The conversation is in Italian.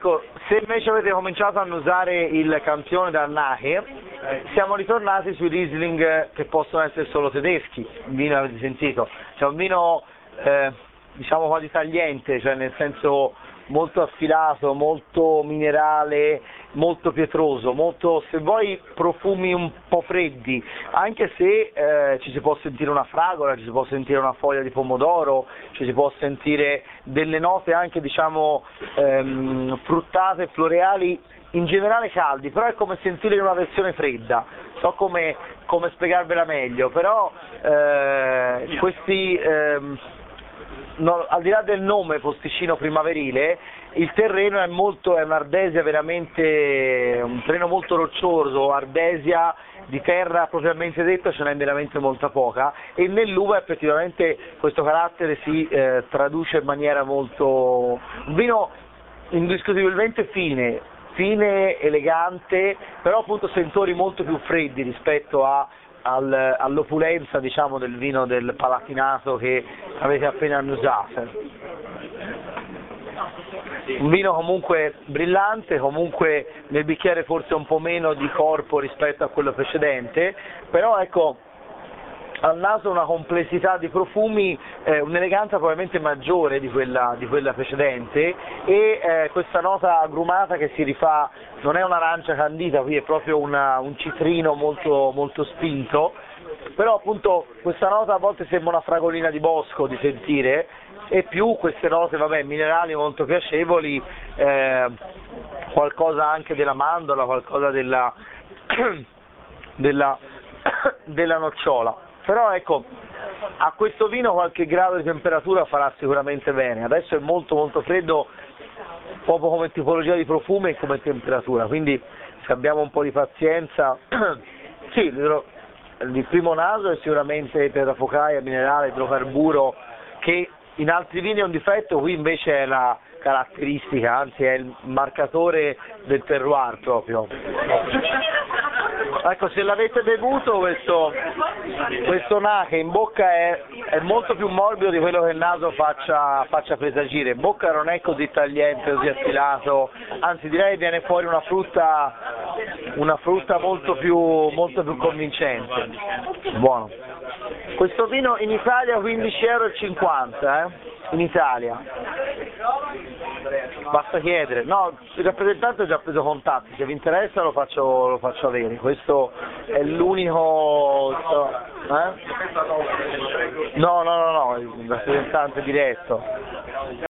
Ecco, se invece avete cominciato a annusare il campione dal Nahe, siamo ritornati sui Riesling che possono essere solo tedeschi, il vino avete sentito, c'è un vino diciamo quasi tagliente, cioè nel senso molto affilato, molto minerale, molto pietroso, molto, se vuoi, profumi un po' freddi, anche se ci si può sentire una fragola, ci si può sentire una foglia di pomodoro, ci si può sentire delle note anche, diciamo, fruttate, floreali, in generale caldi, però è come sentire in una versione fredda, so come spiegarvela meglio, però questi... No, al di là del nome posticino primaverile, il terreno è un'ardesia veramente, un terreno molto roccioso, ardesia di terra propriamente detta ce n'è veramente molta poca, e nell'uva effettivamente questo carattere si traduce in maniera molto... un vino indiscutibilmente fine, elegante, però appunto sentori molto più freddi rispetto all'opulenza, diciamo, del vino del Palatinato che avete appena annusato. Un vino comunque brillante, comunque nel bicchiere forse un po' meno di corpo rispetto a quello precedente, però ecco, al naso una complessità di profumi, un'eleganza probabilmente maggiore di quella precedente, e questa nota agrumata che si rifà, non è un'arancia candita, qui è proprio un citrino molto, molto spinto, però appunto questa nota a volte sembra una fragolina di bosco di sentire, e più queste note, vabbè, minerali molto piacevoli, qualcosa anche della mandorla, qualcosa della nocciola. Però ecco, a questo vino qualche grado di temperatura farà sicuramente bene, adesso è molto molto freddo, proprio come tipologia di profumo e come temperatura, quindi se abbiamo un po' di pazienza, sì, il primo naso è sicuramente terrafocaia, minerale, idrocarburo, che in altri vini è un difetto, qui invece è la caratteristica, anzi è il marcatore del terroir proprio. Ecco, se l'avete bevuto questo Nahe in bocca è molto più morbido di quello che il naso faccia presagire, in bocca non è così tagliente, così affilato, anzi direi viene fuori una frutta molto più convincente. Buono. Questo vino in Italia 15,50 €, in Italia. Basta chiedere, no, il rappresentante ha già preso contatti, se vi interessa lo faccio avere, questo è l'unico... No, il rappresentante diretto.